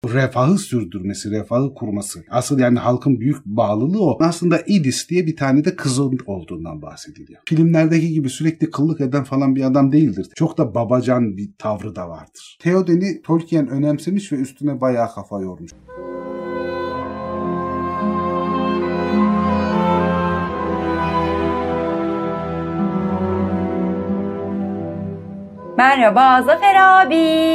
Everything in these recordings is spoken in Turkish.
refahı sürdürmesi, refahı kurması. Asıl yani halkın büyük bağlılığı o. Aslında Idis diye bir tane de kızı olduğundan bahsediliyor. Filmlerdeki gibi sürekli kıllık eden falan bir adam değildir. Çok da babacan bir tavrı da vardır. Theoden'i Tolkien önemsemiş ve üstüne bayağı kafa yormuş. Merhaba Zafer abi.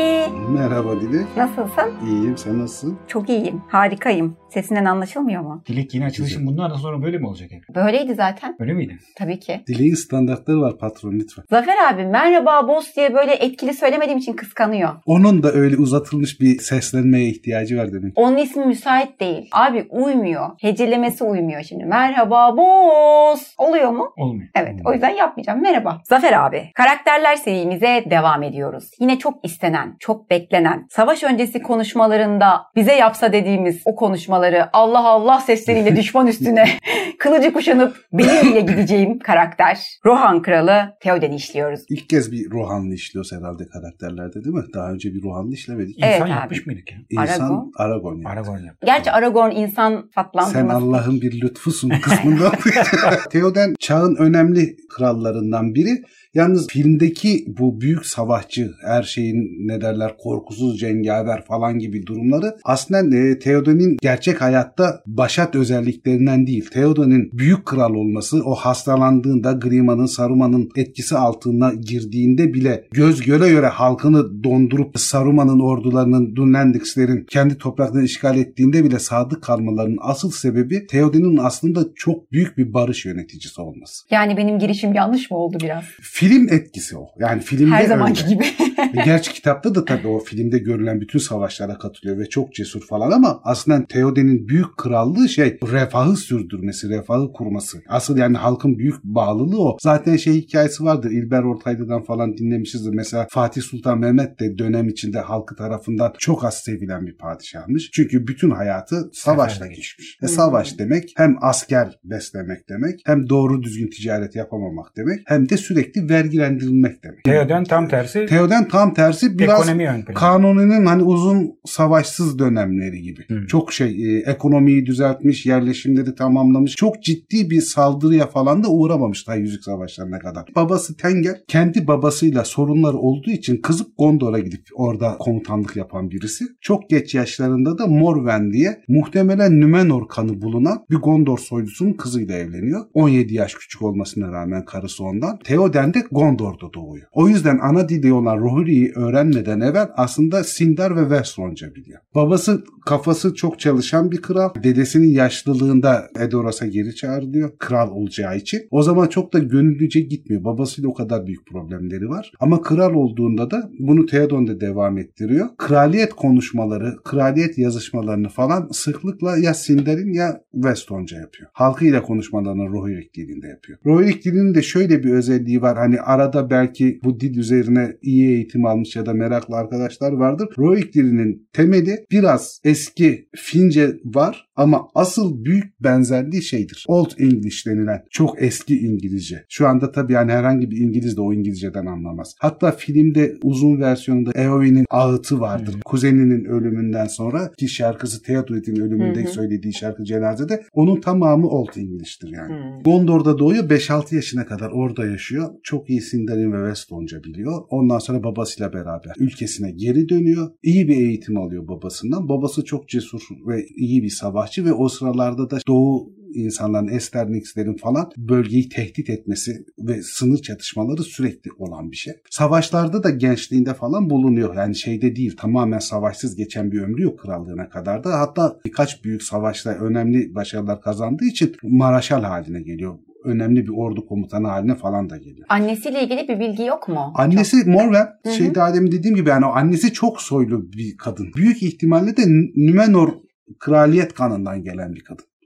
Merhaba Dilek. Nasılsın? İyiyim, sen nasılsın? Çok iyiyim, harikayım. Sesinden anlaşılmıyor mu? Dilek yine açılışın bunlardan sonra böyle mi olacak hep? Böyleydi zaten. Öyle miydi? Tabii ki. Dilek'in standartları var patron lütfen. Zafer abi merhaba boss diye böyle etkili söylemediğim için kıskanıyor. Onun da öyle uzatılmış bir seslenmeye ihtiyacı var demek. Onun ismi müsait değil. Abi uymuyor. Hecelemesi uymuyor şimdi. Merhaba boss. Oluyor mu? Olmuyor. Evet, o yüzden yapmayacağım. Merhaba. Zafer abi, karakterler serimize devam ediyoruz. Yine çok istenen, çok beklenen, savaş öncesi konuşmalarında bize yapsa dediğimiz o konuşmaları Allah Allah sesleriyle düşman üstüne kılıcı kuşanıp benimle gideceğim karakter. Rohan Kralı Theoden'i işliyoruz. İlk kez bir Rohanlı işliyoruz herhalde karakterlerde değil mi? Daha önce bir Rohanlı işlemedik. Evet İnsan abi. yapmış mıydık ya? İnsan Aragorn yaptı. Aragorn yaptı. Gerçi Aragorn insan fatlandırması. Sen Allah'ın bir lütfusun kısmında. Theoden çağın önemli krallarından biri. Yalnız filmdeki bu büyük savaşçı, her şeyin ne derler korkusuz cengaver falan gibi durumları aslında Theoden'in gerçek hayatta başat özelliklerinden değil. Theoden'in büyük kral olması, o hastalandığında Grima'nın, Saruman'ın etkisi altına girdiğinde bile göz göre göre halkını dondurup Saruman'ın ordularının, Dunlendix'lerin kendi topraklarını işgal ettiğinde bile sadık kalmalarının asıl sebebi Theoden'in aslında çok büyük bir barış yöneticisi olması. Yani benim girişim yanlış mı oldu biraz? Film etkisi o. Yani filmde her zamanki öyle. gibi. Gerçi kitapta da tabii o filmde görülen bütün savaşlara katılıyor ve çok cesur falan ama aslında Theoden'in büyük krallığı refahı sürdürmesi, refahı kurması. Asıl yani halkın büyük bağlılığı o. Zaten hikayesi vardır. İlber Ortaylı'dan falan dinlemişizdir. Mesela Fatih Sultan Mehmet de dönem içinde halkı tarafından çok az sevilen bir padişahmış. Çünkü bütün hayatı savaşla geçmiş. Savaş demek hem asker beslemek demek, hem doğru düzgün ticaret yapamamak demek, hem de sürekli vergilendirilmek demek. Theoden tam tersi. Theoden tam tersi biraz Ekonomi ön planda. Kanuni'nin hani uzun savaşsız dönemleri gibi. Çok ekonomiyi düzeltmiş, yerleşimleri tamamlamış. Çok ciddi bir saldırıya falan da uğramamış ta Yüzük Savaşları'na kadar. Babası Tenger kendi babasıyla sorunları olduğu için kızıp Gondor'a gidip orada komutanlık yapan birisi. Çok geç yaşlarında da Morwen diye muhtemelen Nümenor kanı bulunan bir Gondor soylusunun kızıyla evleniyor. 17 yaş küçük olmasına rağmen karısı ondan. Theoden de Gondor'da doğuyor. O yüzden ana dili olan Rohirri'yi öğrenmeden evvel aslında Sindar ve Westeronca biliyor. Babası kafası çok çalışan bir kral. Dedesinin yaşlılığında Edoras'a geri çağrılıyor. Kral olacağı için. O zaman çok da gönüllüce gitmiyor. Babasıyla o kadar büyük problemleri var. Ama kral olduğunda da bunu Theoden de devam ettiriyor. Kraliyet konuşmaları, kraliyet yazışmalarını falan sıklıkla ya Sindar'in ya Westeronca yapıyor. Halkıyla konuşmalarını Rohirrik dilinde yapıyor. Rohirrik dilinin de şöyle bir özelliği var. Hani arada belki bu dil üzerine iyi eğitim almış ya da meraklı arkadaşlar vardır. Rohirrik dilinin temeli biraz eski Fince var ama asıl büyük benzerliği Old English denilen çok eski İngilizce. Şu anda tabii yani herhangi bir İngiliz de o İngilizceden anlamaz. Hatta filmde uzun versiyonunda Eowyn'in ağıtı vardır. Kuzeninin ölümünden sonra ki şarkısı Theoden'in ölümünde söylediği şarkı Cenaze'de onun tamamı Old English'tir yani. Gondor'da doğuyor. 5-6 yaşına kadar orada yaşıyor. Çok iyi Sindarin ve Westeronca biliyor. Ondan sonra babasıyla beraber ülkesine geri dönüyor. İyi bir eğitim alıyor babasından. Babası çok cesur ve iyi bir savaşçı ve o sıralarda da Doğu insanların, Esternix'lerin falan bölgeyi tehdit etmesi ve sınır çatışmaları sürekli olan bir şey. Savaşlarda da gençliğinde falan bulunuyor. Yani değil, tamamen savaşsız geçen bir ömrü yok krallığına kadar da. Hatta birkaç büyük savaşta önemli başarılar kazandığı için maraşal haline geliyor. Önemli bir ordu komutanı haline falan da geliyor. Annesiyle ilgili bir bilgi yok mu? Annesi Morwen, daha demin dediğim gibi yani o annesi çok soylu bir kadın. Büyük ihtimalle de Nümenor kraliyet kanından gelen bir kadın.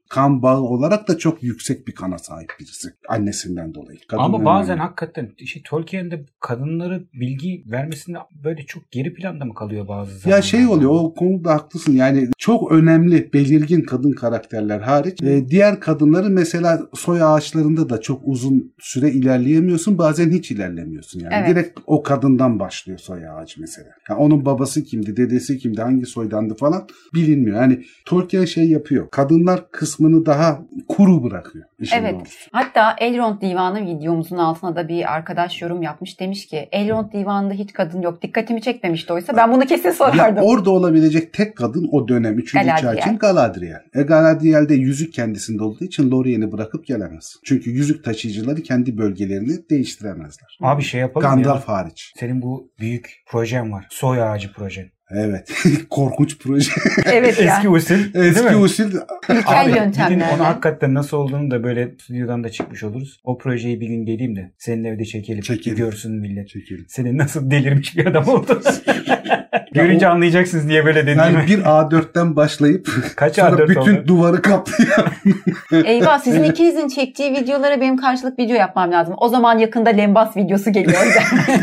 kan bağı olarak da çok yüksek bir kana sahip birisi. Annesinden dolayı. Ama bazen hakikaten Tolkien'de kadınları bilgi vermesinde böyle çok geri planda mı kalıyor bazı zamanlar? Ya oluyor, o konuda haklısın. Yani çok önemli belirgin kadın karakterler hariç diğer kadınların mesela soy ağaçlarında da çok uzun süre ilerleyemiyorsun. Bazen hiç ilerlemiyorsun yani. Evet. Direkt o kadından başlıyor soy ağacı mesela. Yani onun babası kimdi, dedesi kimdi, hangi soydandı falan bilinmiyor. Yani Tolkien yapıyor. Kadınlar kısmını daha kuru bırakıyor. Evet. Doğrusu. Hatta Elrond Divanı videomuzun altına da bir arkadaş yorum yapmış. Demiş ki Elrond Divanı'nda hiç kadın yok. Dikkatimi çekmemişti oysa. Ben bunu kesin sorardım. Ya orada olabilecek tek kadın o dönem 3. çağ için Galadriel. Galadriel'de yüzük kendisinde olduğu için Lorien'i bırakıp gelemez. Çünkü yüzük taşıyıcıları kendi bölgelerini değiştiremezler. Abi yapalım Gandalf hariç. Senin bu büyük projen var. Soy ağacı projen. Evet. Korkunç proje. Evet ya. Eski usul. Eski usul. İlkel yöntemlerle. Onu hakikaten nasıl olduğunu da böyle stüdyodan da çıkmış oluruz. O projeyi bir gün geleyim de senin evde çekelim. Görsün millet. Çekelim. Senin nasıl delirmiş bir adam oldun. Görünce anlayacaksınız niye böyle dediğimi. Yani bir A4'ten başlayıp kaç sonra A4 bütün oldu? Duvarı kaplayan. Eyvah, sizin ikinizin çektiği videolara benim karşılık video yapmam lazım. O zaman yakında Lembas videosu geliyor.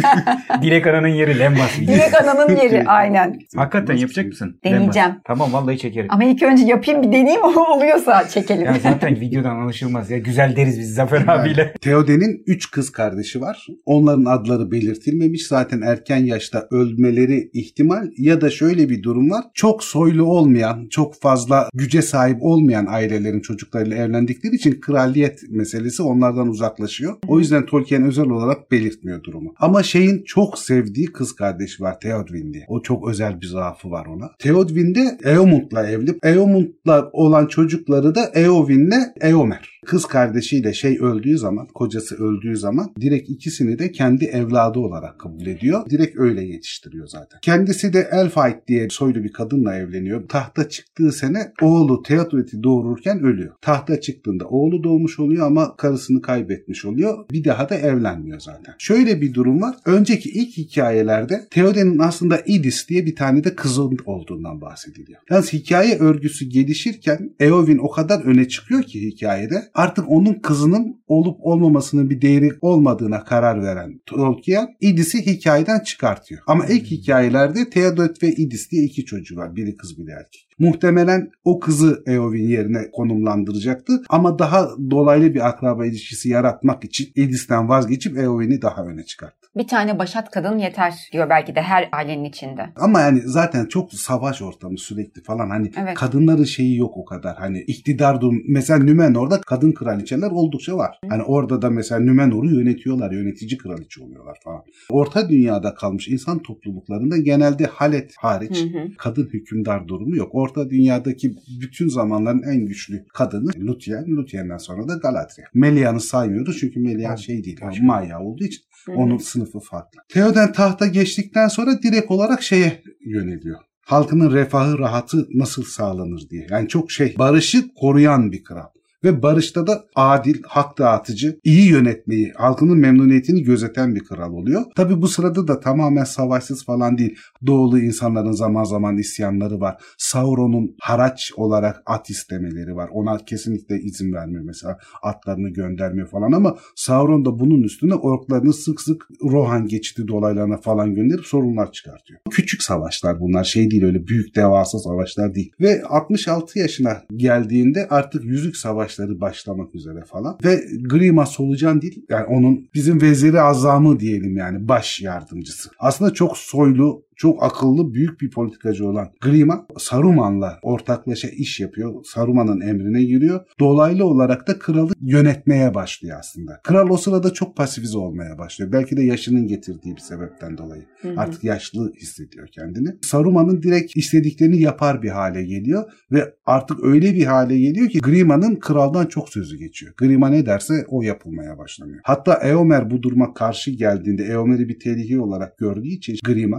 Dilek Ana'nın yeri Lembas videosu. Dilek Ana'nın yeri aynen. Hakikaten yapacak mısın? Deneyeceğim. Lembas. Tamam vallahi çekerim. Ama ilk önce yapayım bir deneyeyim, o oluyorsa çekelim. Ya zaten videodan anlaşılmaz ya. Güzel deriz biz Zafer abiyle. Theoden'in 3 kız kardeşi var. Onların adları belirtilmemiş. Zaten erken yaşta ölmeleri ihtimal ya da şöyle bir durum var. Çok soylu olmayan, çok fazla güce sahip olmayan ailelerin çocuklarıyla evlendikleri için kraliyet meselesi onlardan uzaklaşıyor. O yüzden Tolkien özel olarak belirtmiyor durumu. Ama çok sevdiği kız kardeşi var, Theodwyn diye. O çok özel bir zaafı var ona. Theodwyn de Eomund'la evli. Eomund'la olan çocukları da Eowyn'le Eomer. Kız kardeşiyle öldüğü zaman, kocası öldüğü zaman direkt ikisini de kendi evladı olarak kabul ediyor. Direkt öyle yetiştiriyor zaten. Kendisi de Elfait diye soylu bir kadınla evleniyor. Tahta çıktığı sene oğlu Theodred'i doğururken ölüyor. Tahta çıktığında oğlu doğmuş oluyor ama karısını kaybetmiş oluyor. Bir daha da evlenmiyor zaten. Şöyle bir durum var. Önceki ilk hikayelerde Theoden'in aslında Idis diye bir tane de kızı olduğundan bahsediliyor. Yalnız hikaye örgüsü gelişirken Eowyn o kadar öne çıkıyor ki hikayede, artık onun kızının olup olmamasının bir değeri olmadığına karar veren Tolkien Idis'i hikayeden çıkartıyor. Ama ilk hikayelerde Theoden ve Idis diye 2 çocuğu var. Biri kız biri erkek. Muhtemelen o kızı Eowyn yerine konumlandıracaktı ama daha dolaylı bir akraba ilişkisi yaratmak için Idis'ten vazgeçip Eowyn'i daha öne çıkarttı. Bir tane başat kadın yeter diyor belki de her ailenin içinde. Ama yani zaten çok savaş ortamı sürekli falan, evet. Kadınların yok o kadar. İktidar durum. Mesela Nümenor'da kadın kraliçeler oldukça var. Orada da mesela Nümenor'u yönetiyorlar. Yönetici kraliçe oluyorlar falan. Orta dünyada kalmış insan topluluklarında genelde Halet hariç kadın hükümdar durumu yok. Orta dünyadaki bütün zamanların en güçlü kadını Lúthien. Lúthien'den sonra da Galadriel. Melian'ı saymıyoruz çünkü Melian değil. Maya olduğu için onun sınıfı farklı. Theoden tahta geçtikten sonra direkt olarak yöneliyor. Halkının refahı, rahatı nasıl sağlanır diye. Yani çok barışı koruyan bir kral. Ve barışta da adil, hak dağıtıcı, iyi yönetmeyi, halkının memnuniyetini gözeten bir kral oluyor. Tabi bu sırada da tamamen savaşsız falan değil. Doğulu insanların zaman zaman isyanları var. Sauron'un haraç olarak at istemeleri var. Ona kesinlikle izin vermiyor mesela. Atlarını göndermiyor falan ama Sauron da bunun üstüne orklarını sık sık Rohan geçidi dolaylarına falan gönderip sorunlar çıkartıyor. Küçük savaşlar bunlar, değil öyle büyük devasa savaşlar değil. Ve 66 yaşına geldiğinde artık yüzük savaşları başlamak üzere falan. Ve Grima solucan değil, yani onun bizim veziri azamı diyelim, yani baş yardımcısı. Aslında çok soylu, çok akıllı, büyük bir politikacı olan Grima Saruman'la ortaklaşa iş yapıyor. Saruman'ın emrine giriyor. Dolaylı olarak da kralı yönetmeye başlıyor aslında. Kral o sırada çok pasifize olmaya başlıyor. Belki de yaşının getirdiği bir sebepten dolayı. Artık yaşlı hissediyor kendini. Saruman'ın direkt istediklerini yapar bir hale geliyor ve artık öyle bir hale geliyor ki Grima'nın kraldan çok sözü geçiyor. Grima ne derse o yapılmaya başlanıyor. Hatta Eomer bu duruma karşı geldiğinde, Eomer'i bir tehlike olarak gördüğü için Grima bir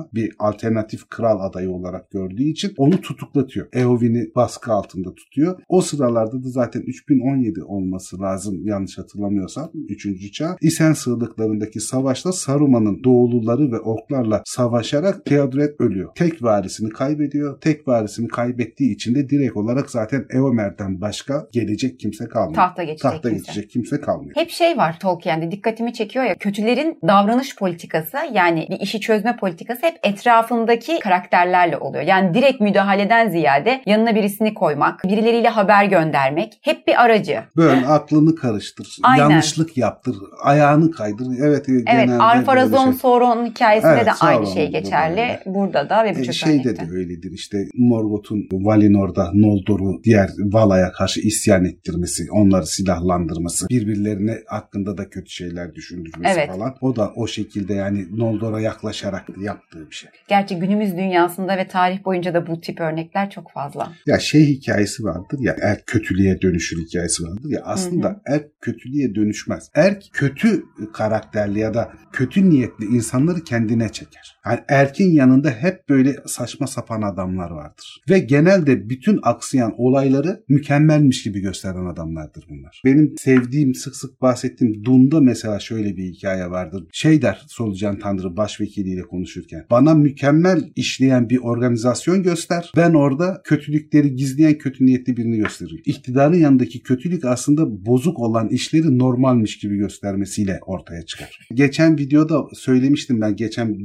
alternatif kral adayı olarak gördüğü için onu tutuklatıyor. Eowyn'i baskı altında tutuyor. O sıralarda da zaten 3017 olması lazım yanlış hatırlamıyorsam 3. çağ. İsen sığlıklarındaki savaşta Saruman'ın doğuluları ve orklarla savaşarak Theodoret ölüyor. Tek varisini kaybediyor. Tek varisini kaybettiği için de direkt olarak zaten Eomer'den başka gelecek kimse kalmıyor. Tahta geçecek kimse kalmıyor. Hep şey var Tolkien'de dikkatimi çekiyor ya, kötülerin davranış politikası, yani bir işi çözme politikası hep etrafındaki karakterlerle oluyor. Yani direkt müdahaleden ziyade yanına birisini koymak, birileriyle haber göndermek, hep bir aracı. Böyle aklını karıştır, aynen. Yanlışlık yaptır, ayağını kaydır. Evet, Ar-Pharazôn Sauron hikayesinde evet, de aynı şey geçerli. Burada da ve birçok şeyde de öyledir. İşte Morgoth'un Valinor'da Noldor'u diğer Vala'ya karşı isyan ettirmesi, onları silahlandırması, birbirlerine hakkında da kötü şeyler düşündürmesi falan. O da o şekilde yani Noldor'a yaklaşarak yaptığı bir şey. Gerçi günümüz dünyasında ve tarih boyunca da bu tip örnekler çok fazla. Ya şey hikayesi vardır ya, erk kötülüğe dönüşür hikayesi vardır ya, aslında erk kötülüğe dönüşmez. Erk kötü karakterli ya da kötü niyetli insanları kendine çeker. Yani erkin yanında hep böyle saçma sapan adamlar vardır. Ve genelde bütün aksayan olayları mükemmelmiş gibi gösteren adamlardır bunlar. Benim sevdiğim, sık sık bahsettiğim Dune'da mesela şöyle bir hikaye vardır. Şey der Solucan Tanrı başvekiliyle konuşurken, bana mükemmel işleyen bir organizasyon göster. Ben orada kötülükleri gizleyen kötü niyetli birini gösteririm. İktidarın yanındaki kötülük aslında bozuk olan işleri normalmiş gibi göstermesiyle ortaya çıkar. Geçen videoda söylemiştim ben.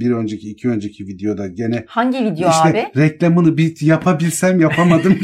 İki önceki videoda gene. Hangi video işte abi? Reklamını bir yapabilsem yapamadım.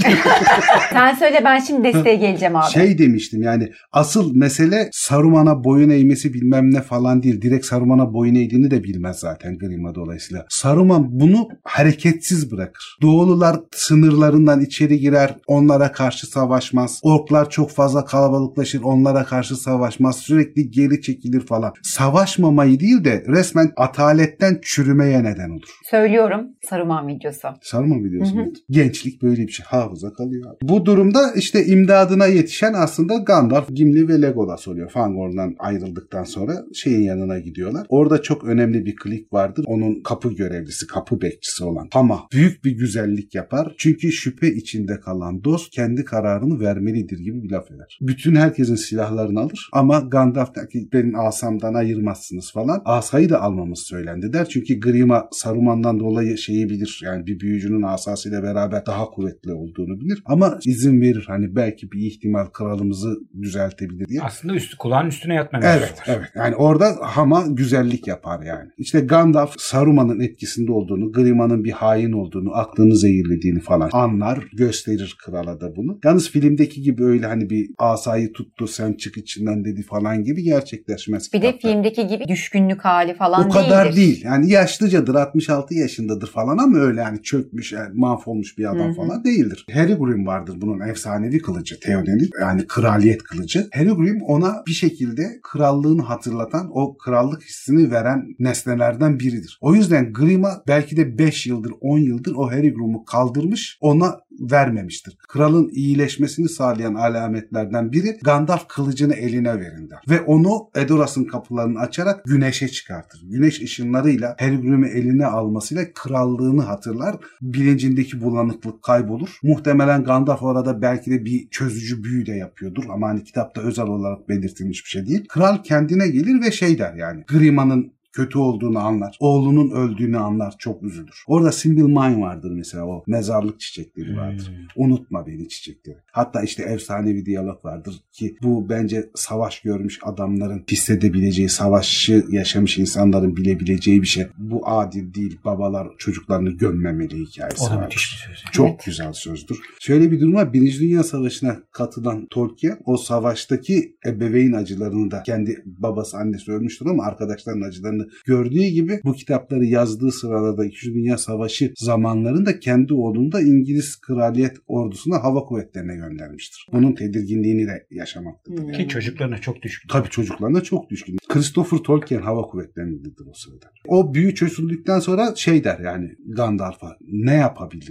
Sen söyle, ben şimdi desteğe geleceğim abi. Şey demiştim yani, asıl mesele Saruman'a boyun eğmesi bilmem ne falan değil. Direkt Saruman'a boyun eğdiğini de bilmez zaten Grima dolayısıyla. Saruman bunu hareketsiz bırakır. Doğulular sınırlarından içeri girer, onlara karşı savaşmaz. Orklar çok fazla kalabalıklaşır, onlara karşı savaşmaz. Sürekli geri çekilir falan. Savaşmamayı değil de resmen ataletten çürümeye neden olur. Söylüyorum, Saruman videosu. Saruman videosu. Gençlik böyle bir şey. Hafıza kalıyor. Bu durumda işte imdadına yetişen aslında Gandalf, Gimli ve Legolas oluyor. Fangorn'dan ayrıldıktan sonra şeyin yanına gidiyorlar. Orada çok önemli bir klik vardır. Onun kapı görevlisi, kapı bekçisi olan Hama büyük bir güzellik yapar. Çünkü şüphe içinde kalan dost kendi kararını vermelidir gibi bir laf eder. Bütün herkesin silahlarını alır ama Gandalf der ki benim asamdan ayırmazsınız falan. Asayı da almamız söylendi der. Çünkü Grima Saruman'dan dolayı şeyi bilir. Yani bir büyücünün asasıyla beraber daha kuvvetli olduğunu bilir. Ama izin verir. Hani belki bir ihtimal kralımızı düzeltebilir diye. Aslında kulağın üstüne yatmamış. Evet. Yani orada Hama güzellik yapar yani. İşte Gandalf Saruman'ın etkisinde olduğunu, Grima'nın bir hain olduğunu, aklını zehirlediğini falan anlar, gösterir krala da bunu. Yalnız filmdeki gibi öyle hani bir asayı tuttu, sen çık içinden dedi falan gibi gerçekleşmez. Bir de filmdeki gibi düşkünlük hali falan değildir. O kadar değil. Yani yaşlıcadır, 66 yaşındadır falan ama öyle yani çökmüş, yani mahvolmuş bir adam falan değildir. Harry vardır bunun efsanevi kılıcı, Theoden'in yani kraliyet kılıcı. Harry ona bir şekilde krallığını hatırlatan, o krallık hissini veren nesnelerden biridir. O yüzden Grima belki de 5 yıldır, 10 yıldır o Harry kaldırmış, ona vermemiştir. Kralın iyileşmesini sağlayan alametlerden biri Gandalf kılıcını eline verin der. Ve onu Edoras'ın kapılarını açarak güneşe çıkartır. Güneş ışınlarıyla Harry eline almasıyla krallığını hatırlar. Bilincindeki bulanıklık kaybolur. Muhtemelen Gandalf orada belki de bir çözücü büyü de yapıyordur ama hani kitapta özel olarak belirtilmiş bir şey değil. Kral kendine gelir ve şey der yani, Grima'nın kötü olduğunu anlar. Oğlunun öldüğünü anlar. Çok üzülür. Orada Simple Mine vardır mesela, o mezarlık çiçekleri vardır. Unutma beni çiçekleri. Hatta işte efsanevi diyalog vardır ki bu bence savaş görmüş adamların hissedebileceği, savaşı yaşamış insanların bilebileceği bir şey. Bu adil değil. Babalar çocuklarını gömmemeli hikayesi vardır. Müthiş bir söz. Çok güzel sözdür. Şöyle bir durum var. Birinci Dünya Savaşı'na katılan Tolkien o savaştaki ebeveyn acılarını da, kendi babası annesi ölmüştür ama arkadaşlarının acılarını gördüğü gibi bu kitapları yazdığı sırada 2. Dünya Savaşı zamanlarında kendi oğlunu da İngiliz Kraliyet Ordusu'na, hava kuvvetlerine göndermiştir. Bunun tedirginliğini de yaşamaktadır. Ki çocuklarına çok düşkün. Tabii çocuklarına çok düşkün. Christopher Tolkien hava kuvvetlerindedir o sırada. O büyü çözüldükten sonra şey der yani Gandalf'a, ne yapabiliriz?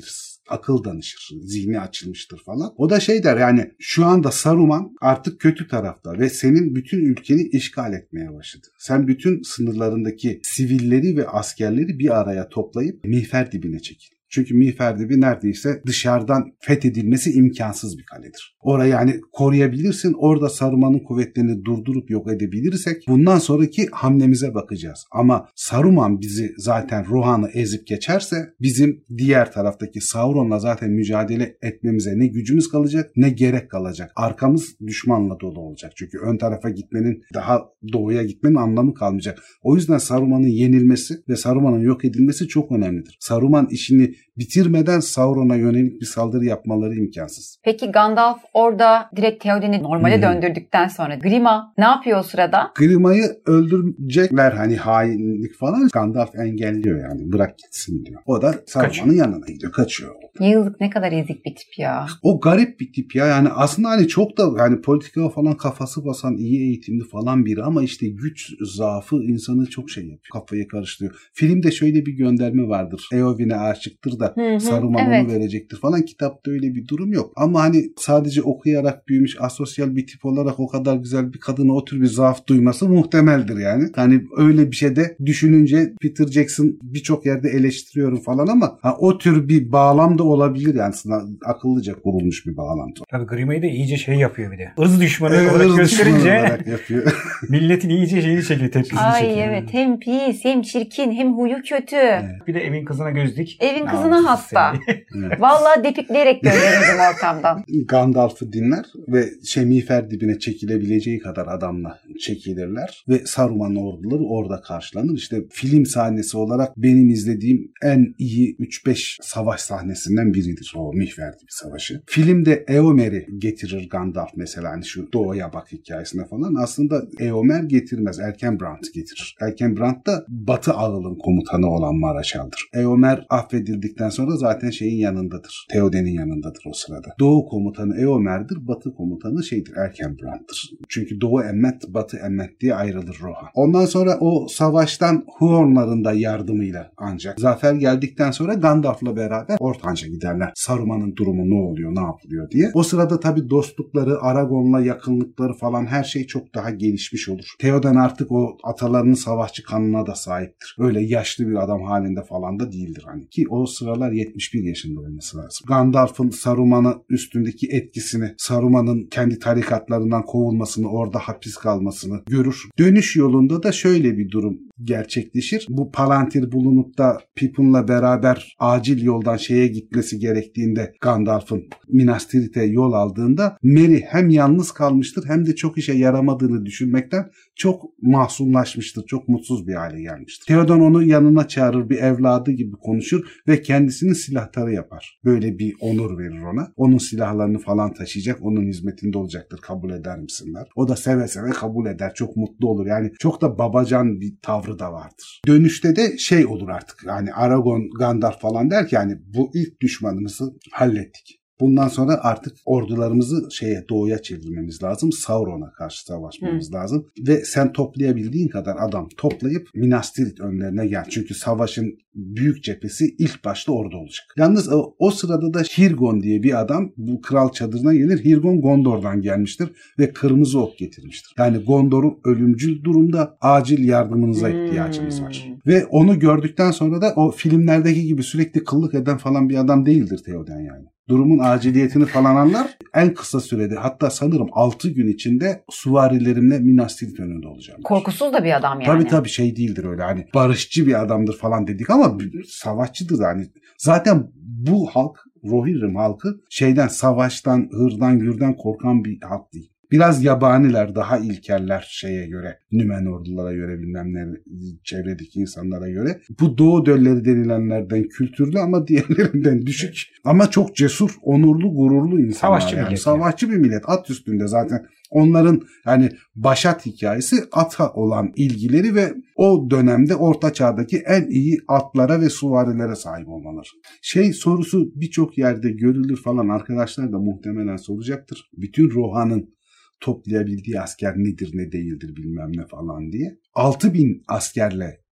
akıl danışır. Zihni açılmıştır falan. O da şey der yani şu anda Saruman artık kötü tarafta ve senin bütün ülkeni işgal etmeye başladı. Sen bütün sınırlarındaki sivilleri ve askerleri bir araya toplayıp miğfer dibine çekil. Çünkü miğfer dibi neredeyse dışarıdan fethedilmesi imkansız bir kaledir. Orayı yani koruyabilirsin. Orada Saruman'ın kuvvetlerini durdurup yok edebilirsek bundan sonraki hamlemize bakacağız. Ama Saruman bizi zaten Rohan'ı ezip geçerse bizim diğer taraftaki Sauron'la zaten mücadele etmemize ne gücümüz kalacak ne gerek kalacak. Arkamız düşmanla dolu olacak. Çünkü ön tarafa gitmenin, daha doğuya gitmenin anlamı kalmayacak. O yüzden Saruman'ın yenilmesi ve Saruman'ın yok edilmesi çok önemlidir. Saruman işini bitirmeden Sauron'a yönelik bir saldırı yapmaları imkansız. Peki Gandalf orada direkt Theoden'i normale döndürdükten sonra Grima ne yapıyor o sırada? Grima'yı öldürecekler hani hainlik falan. Gandalf engelliyor yani bırak gitsin diyor. O da Saruman'ın yanına gidiyor, kaçıyor. Yazık, ne kadar ezik bir tip ya. O garip bir tip ya yani aslında hani çok da yani politika falan kafası basan iyi eğitimli falan biri ama işte güç zaafı insanı çok şey yapıyor. Kafayı karıştırıyor. Filmde şöyle bir gönderme vardır. Eowyn'e aşıktır da Saruman onu verecektir falan. Kitapta öyle bir durum yok. Ama hani sadece okuyarak büyümüş asosyal bir tip olarak o kadar güzel bir kadına o tür bir zaaf duyması muhtemeldir yani. Hani öyle bir şey de düşününce Peter Jackson birçok yerde eleştiriyorum falan ama o tür bir bağlam da olabilir yani. Akıllıca kurulmuş bir bağlantı. Tabii Grima'yı da iyice şey yapıyor bir de. Irz düşmanı olarak gösterince milletin iyice şeyini çekiyor, tepkisini çekiyor. Ay evet, hem pis hem çirkin hem huyu kötü. Evet. Bir de evin kızına gözlük. Evin kızına hasta. Vallahi depikleyerek gönderirdim ortamdan. Gandalf'ı dinler ve miğfer dibine çekilebileceği kadar adamla çekilirler ve Saruman'ın orduları orada karşılanır. İşte film sahnesi olarak benim izlediğim en iyi 3-5 savaş sahnesinden biridir o miğfer dibi savaşı. Filmde Eomer'i getirir Gandalf mesela hani şu doğuya bak hikayesine falan. Aslında Eomer getirmez. Erkenbrand getirir. Erkenbrand da Batı Ağıl'ın komutanı olan Maraşal'dır. Eomer affedildikten sonra zaten şeyin yanındadır. Theoden'in yanındadır o sırada. Doğu komutanı Eomer'dir. Batı komutanı Erkenbrand'dır. Çünkü Doğu Emmet, Batı Emmet diye ayrılır Rohan. Ondan sonra o savaştan Huorn'ların da yardımıyla ancak zafer geldikten sonra Gandalf'la beraber Ortanca giderler. Saruman'ın durumu ne oluyor, ne yapılıyor diye. O sırada tabii dostlukları, Aragon'la yakınlıkları falan her şey çok daha gelişmiş olur. Theoden artık o atalarının savaşçı kanına da sahiptir. Öyle yaşlı bir adam halinde falan da değildir hani. Ki o sıralar 71 yaşında olması lazım. Gandalf'ın Saruman'ın üstündeki etkisini, Saruman'ın kendi tarikatlarından kovulmasını, orada hapis kalmasını görür. Dönüş yolunda da şöyle bir durum gerçekleşir. Bu Palantir bulunup da Pippin'la beraber acil yoldan gitmesi gerektiğinde Gandalf'ın Minas Tirith'e yol aldığında Merry hem yalnız kalmıştır hem de çok işe yaramadığını düşünmekten çok mahzunlaşmıştır. Çok mutsuz bir hale gelmiştir. Theoden onu yanına çağırır, bir evladı gibi konuşur ve kendisinin silahtarı yapar. Böyle bir onur verir ona. Onun silahlarını falan taşıyacak, onun hizmetinde olacaktır. Kabul eder misinler? O da seve seve kabul eder. Çok mutlu olur. Yani çok da babacan bir tavrı da vardır. Dönüşte de olur artık. Yani Aragon, Gandalf falan der ki yani bu ilk düşmanımızı hallettik. Bundan sonra artık ordularımızı doğuya çevirmemiz lazım. Sauron'a karşı savaşmamız lazım. Ve sen toplayabildiğin kadar adam toplayıp Minas Tirith önlerine gel. Çünkü savaşın büyük cephesi ilk başta orada olacak. Yalnız o sırada da Hirgon diye bir adam bu kral çadırına gelir. Hirgon Gondor'dan gelmiştir ve kırmızı ok getirmiştir. Yani Gondor'un ölümcül durumda, acil yardımınıza ihtiyacımız var. Ve onu gördükten sonra da o filmlerdeki gibi sürekli kıllık eden falan bir adam değildir Theoden yani. Durumun aciliyetini falan anlar. En kısa sürede, hatta sanırım 6 gün içinde süvarilerimle Minas Tirith önünde olacağım. Korkusuz da bir adam yani. Tabii değildir öyle. Hani barışçı bir adamdır falan dedik ama savaşçıdır yani. Zaten bu halk, Rohirrim halkı savaştan, hırdan, gürden korkan bir halk değil. Biraz yabaniler, daha ilkeller göre, Nümenorlulara göre, bilmem ne, çevredeki insanlara göre. Bu Doğu dölleri denilenlerden kültürlü ama diğerlerinden düşük. Ama çok cesur, onurlu, gururlu insanlar. Savaşçı millet. Savaşçı bir millet. At üstünde zaten. Onların başat hikayesi ata olan ilgileri ve o dönemde Orta Çağ'daki en iyi atlara ve süvarilere sahip olmaları. Sorusu birçok yerde görülür falan, arkadaşlar da muhtemelen soracaktır. Bütün Rohan'ın toplayabildiği asker nedir ne değildir bilmem ne falan diye. 6.000 askerle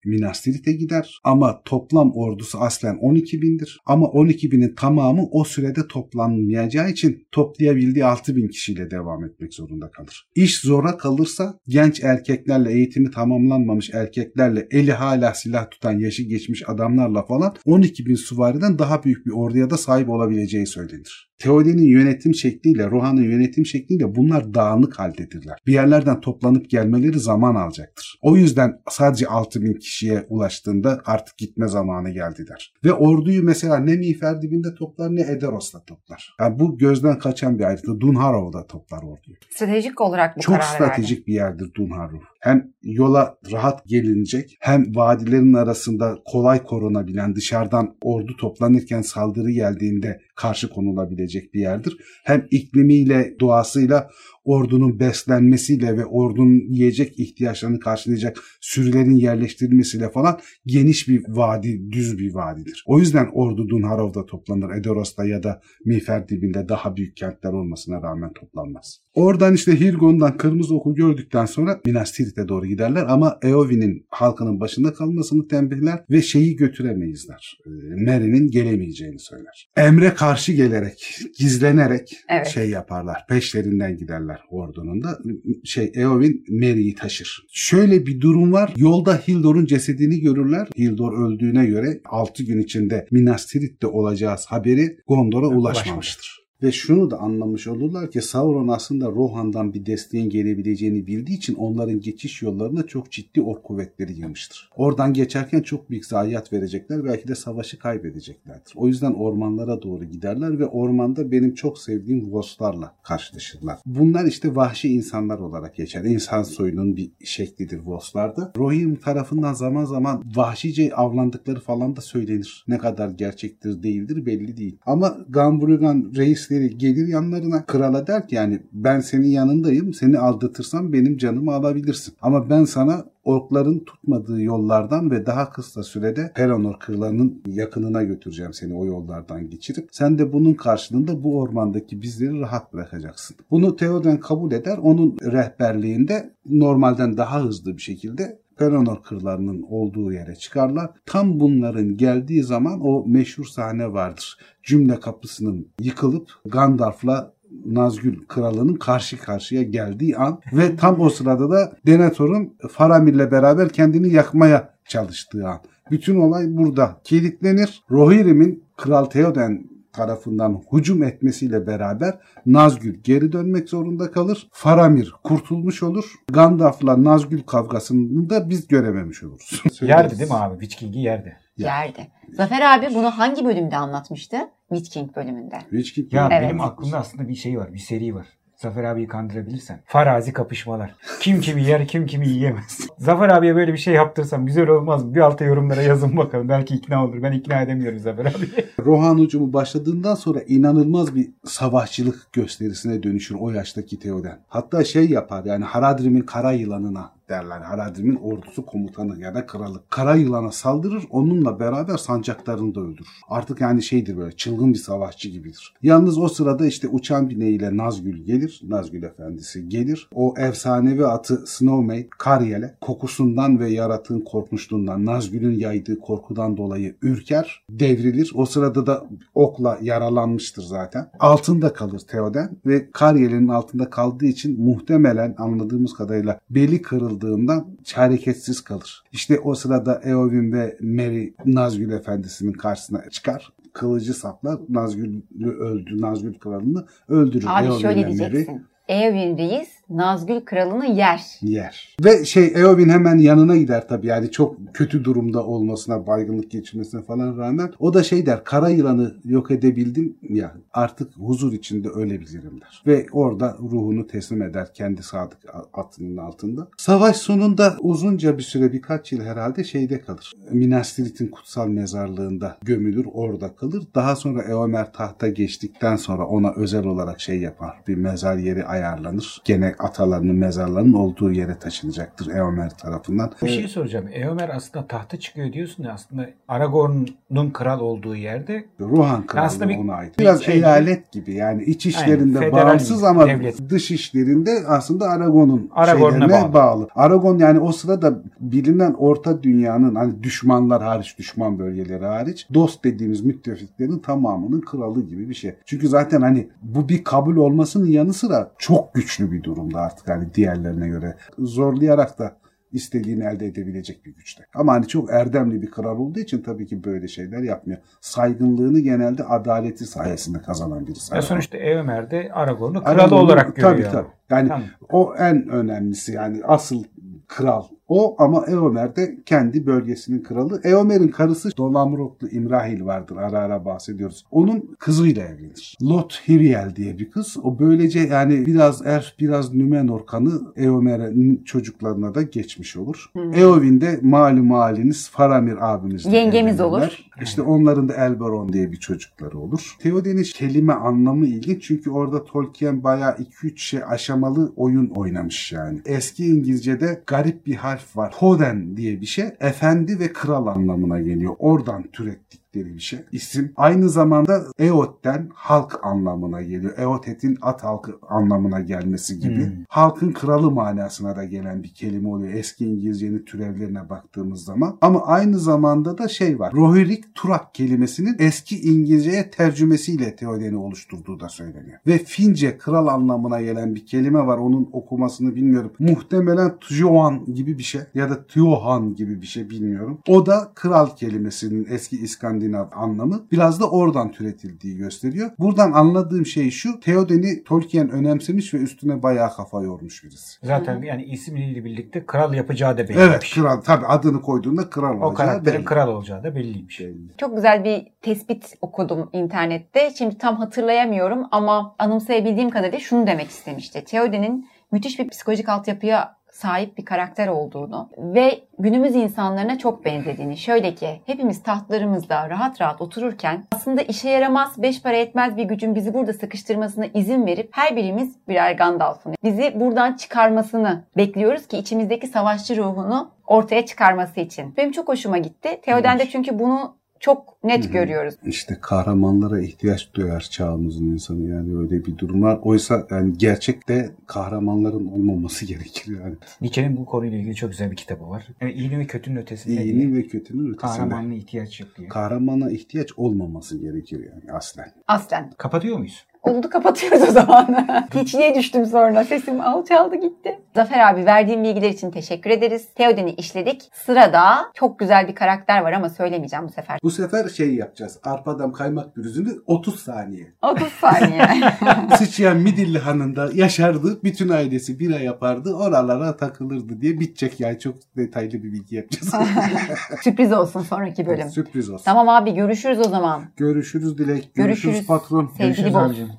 Minas Tirith'e gider ama toplam ordusu aslen 12 bindir. Ama 12 binin tamamı o sürede toplanmayacağı için toplayabildiği 6 bin kişiyle devam etmek zorunda kalır. İş zora kalırsa genç erkeklerle, eğitimi tamamlanmamış erkeklerle, eli hala silah tutan yaşı geçmiş adamlarla falan 12 bin süvariden daha büyük bir orduya da sahip olabileceği söylenir. Theoden'in yönetim şekliyle, Rohan'ın yönetim şekliyle bunlar dağınık haldedirler. Bir yerlerden toplanıp gelmeleri zaman alacaktır. O yüzden sadece 6000 kişiye ulaştığında artık gitme zamanı geldi der. Ve orduyu mesela ne Miğfer dibinde toplar ne Edaros'ta toplar. Yani bu gözden kaçan bir ayrıntı. Dunharrow'da toplar orduyu. Stratejik olarak bu Çok karar stratejik verdi. bir yerdir Dunharrow. Hem yola rahat gelinecek, hem vadilerin arasında kolay korunabilen, dışarıdan ordu toplanırken saldırı geldiğinde karşı konulabilecek bir yerdir. Hem iklimiyle, doğasıyla, ordunun beslenmesiyle ve ordunun yiyecek ihtiyaçlarını karşılayacak sürülerin yerleştirilmesiyle falan geniş bir vadi, düz bir vadidir. O yüzden ordu Dunharrow'da toplanır. Edaros'ta ya da Miğfer dibinde daha büyük kentler olmasına rağmen toplanmaz. Oradan işte Hirgon'dan Kırmızı Ok'u gördükten sonra Minas Tirith'e doğru giderler ama Eowyn'in halkının başında kalmasını tembihler ve şeyi götüremeyizler. Merry'nin gelemeyeceğini söyler. Emre karşı gelerek, gizlenerek şey yaparlar. Peşlerinden giderler ordunun da. Eowyn Merry'yi taşır. Şöyle bir durum var. Yolda Hildor'un cesedini görürler. Hildor öldüğüne göre 6 gün içinde Minas Tirith'te olacağız haberi Gondor'a ulaşmamıştır. Ve şunu da anlamış olurlar ki Sauron aslında Rohan'dan bir desteğin gelebileceğini bildiği için onların geçiş yollarına çok ciddi ork kuvvetleri yığmıştır. Oradan geçerken çok büyük zayiat verecekler. Belki de savaşı kaybedeceklerdir. O yüzden ormanlara doğru giderler ve ormanda benim çok sevdiğim Voslarla karşılaşırlar. Bunlar işte vahşi insanlar olarak geçer. İnsan soyunun bir şeklidir Voslarda. Rohirrim tarafından zaman zaman vahşice avlandıkları falan da söylenir. Ne kadar gerçektir değildir belli değil. Ama Gambrugan reis gelir yanlarına, krala der ki yani ben senin yanındayım, seni aldatırsam benim canımı alabilirsin. Ama ben sana orkların tutmadığı yollardan ve daha kısa sürede Pelennor kırlarının yakınına götüreceğim seni, o yollardan geçirip. Sen de bunun karşılığında bu ormandaki bizleri rahat bırakacaksın. Bunu Theoden kabul eder. Onun rehberliğinde normalden daha hızlı bir şekilde Pelennor kırlarının olduğu yere çıkarlar. Tam bunların geldiği zaman o meşhur sahne vardır. Cümle kapısının yıkılıp Gandalf'la Nazgûl kralının karşı karşıya geldiği an ve tam o sırada da Denethor'un Faramir'le beraber kendini yakmaya çalıştığı an. Bütün olay burada kilitlenir. Rohirrim'in Kral Theoden tarafından hücum etmesiyle beraber Nazgûl geri dönmek zorunda kalır. Faramir kurtulmuş olur. Gandalf'la Nazgûl kavgasını da biz görememiş oluruz. Yerdi değil mi abi? Witch King'i yerdi. Yerdi. Zafer abi bunu hangi bölümde anlatmıştı? Witch King bölümünde. Witch King ya evet. Benim aklımda aslında bir şey var. Bir seri var. Zafer abiyi kandırabilirsen. Farazi kapışmalar. Kim kimi yer, kim kimi yiyemez. Zafer abiye böyle bir şey yaptırsam güzel olmaz mı? Bir alta yorumlara yazın bakalım. Belki ikna olur. Ben ikna edemiyorum Zafer abiyi. Rohan hücumu başladığından sonra inanılmaz bir savaşçılık gösterisine dönüşür o yaştaki Theoden. Hatta şey yapar yani Haradrim'in kara yılanına derler. Haradrim'in ordusu komutanı ya da kralı. Kara yılana saldırır, onunla beraber sancaklarını da öldürür. Artık yani şeydir, böyle çılgın bir savaşçı gibidir. Yalnız o sırada işte uçan bineğiyle Nazgûl gelir. Nazgûl efendisi gelir. O efsanevi atı Snowmane Karyel'e kokusundan ve yaratığın korkmuşluğundan, Nazgûl'ün yaydığı korkudan dolayı ürker, devrilir. O sırada da okla yaralanmıştır zaten. Altında kalır Theoden ve Karyel'in altında kaldığı için muhtemelen anladığımız kadarıyla beli kırılır, hareketsiz kalır. İşte o sırada Eowyn ve Merry Nazgûl efendisinin karşısına çıkar. Kılıcı saplar. Nazgûl kralını öldürür. Abi Eowyn şöyle ve Merry. diyeceksin. Eowyn reis Nazgûl kralını yer. Ve Eowyn hemen yanına gider tabii. Yani çok kötü durumda olmasına, baygınlık geçirmesine falan rağmen. O da der, kara yılanı yok edebildim ya, artık huzur içinde ölebilirim der. Ve orada ruhunu teslim eder kendi sadık atının altında. Savaş sonunda uzunca bir süre, birkaç yıl herhalde kalır. Minas Tirith'in kutsal mezarlığında gömülür, orada kalır. Daha sonra Eomer tahta geçtikten sonra ona özel olarak yapar. Bir mezar yeri ayarlanır. Gene atalarının mezarlarının olduğu yere taşınacaktır Eomer tarafından. Bir şey soracağım. Eomer aslında tahta çıkıyor diyorsun ya, aslında Aragorn'un kral olduğu yerde Rohan kralı bir, ona ait. Biraz eyalet gibi yani iç işlerinde bağımsız ama devlet. Dış işlerinde aslında Aragorn'un şeylerine bağlı. Aragorn yani o sırada bilinen Orta Dünya'nın hani düşmanlar hariç, düşman bölgeleri hariç dost dediğimiz müttefiklerin tamamının kralı gibi bir şey. Çünkü zaten hani bu bir kabul olmasının yanı sıra çok güçlü bir durumda artık hani diğerlerine göre. Zorlayarak da istediğini elde edebilecek bir güçte. Ama hani çok erdemli bir kral olduğu için tabii ki böyle şeyler yapmıyor. Saygınlığını genelde adaleti sayesinde kazanan birisi. Ya sonuçta Eomer de Aragorn'u kralı olarak görüyor. Tabii. Yani o en önemlisi yani asıl kral o ama Eomer de kendi bölgesinin kralı. Eomer'in karısı Dolamrotlu İmrahil vardır. Ara ara bahsediyoruz. Onun kızıyla evlenir. Lothiriel diye bir kız. O böylece yani biraz Elf biraz Nümenor kanı Eomer'in çocuklarına da geçmiş olur. Eowyn de maliniz Faramir abimizle yengemiz olur. İşte onların da Elberon diye bir çocukları olur. Theoden'in kelime anlamı ilginç çünkü orada Tolkien bayağı 2-3 aşamalı oyun oynamış yani. Eski İngilizce'de garip bir harf var. Thoden diye bir şey. Efendi ve kral anlamına geliyor. Oradan türettikleri bir şey. İsim. Aynı zamanda Eot'ten halk anlamına geliyor. Eotet'in at halkı anlamına gelmesi gibi. Halkın kralı manasına da gelen bir kelime oluyor. Eski İngilizcenin türevlerine baktığımız zaman. Ama aynı zamanda da şey var. Rohirrik Turak kelimesinin eski İngilizceye tercümesiyle Theoden'i oluşturduğu da söyleniyor. Ve Fince kral anlamına gelen bir kelime var. Onun okumasını bilmiyorum. Muhtemelen Tjohan gibi bir şey ya da Tjohan gibi bir şey bilmiyorum. O da kral kelimesinin eski İskandinav anlamı. Biraz da oradan türetildiği gösteriyor. Buradan anladığım şey şu. Theoden'i Tolkien önemsemiş ve üstüne bayağı kafa yormuş birisi. Zaten yani isimliyle birlikte kral yapacağı da belli. Evet kral. Tabii adını koyduğunda kral olacağı o karakterin belli. kral olacağı da belliymiş. Çok güzel bir tespit okudum internette. Şimdi tam hatırlayamıyorum ama anımsayabildiğim kadarıyla şunu demek istemişti. Theoden'in müthiş bir psikolojik altyapıya sahip bir karakter olduğunu ve günümüz insanlarına çok benzediğini. Şöyle ki hepimiz tahtlarımızda rahat rahat otururken aslında işe yaramaz, beş para etmez bir gücün bizi burada sıkıştırmasına izin verip her birimiz birer Gandalf'ın bizi buradan çıkarmasını bekliyoruz ki içimizdeki savaşçı ruhunu ortaya çıkarması için. Benim çok hoşuma gitti. Theoden'de çünkü bunu çok net görüyoruz. İşte kahramanlara ihtiyaç duyar çağımızın insanı yani öyle bir durum var. Oysa yani gerçekte kahramanların olmaması gerekir yani. Nietzsche'nin bu konuyla ilgili çok güzel bir kitabı var. Yani iyinin ve kötünün ötesinde. İyinin ve kötünün ötesinde. Kahramanlığa ihtiyaç yok diye. Kahramana ihtiyaç olmaması gerekir yani aslen. Aslen. Kapatıyor muyuz? Oldu kapatıyoruz o zaman. Hiçliğe düştüm sonra. Sesim alçaldı gitti. Zafer abi verdiğin bilgiler için teşekkür ederiz. Theoden'i işledik. Sırada çok güzel bir karakter var ama söylemeyeceğim bu sefer. Bu sefer şey yapacağız. Arpadan kaymak pürüzünü 30 saniye. 30 saniye. Sıçrayan Midilli Hanı'nda yaşardı. Bütün ailesi bira yapardı. Oralara takılırdı diye bitecek yani. Çok detaylı bir bilgi yapacağız. Sürpriz olsun sonraki bölüm. Sürpriz olsun. Tamam abi görüşürüz o zaman. Görüşürüz Dilek. Görüşürüz patron. Sevgili Boz.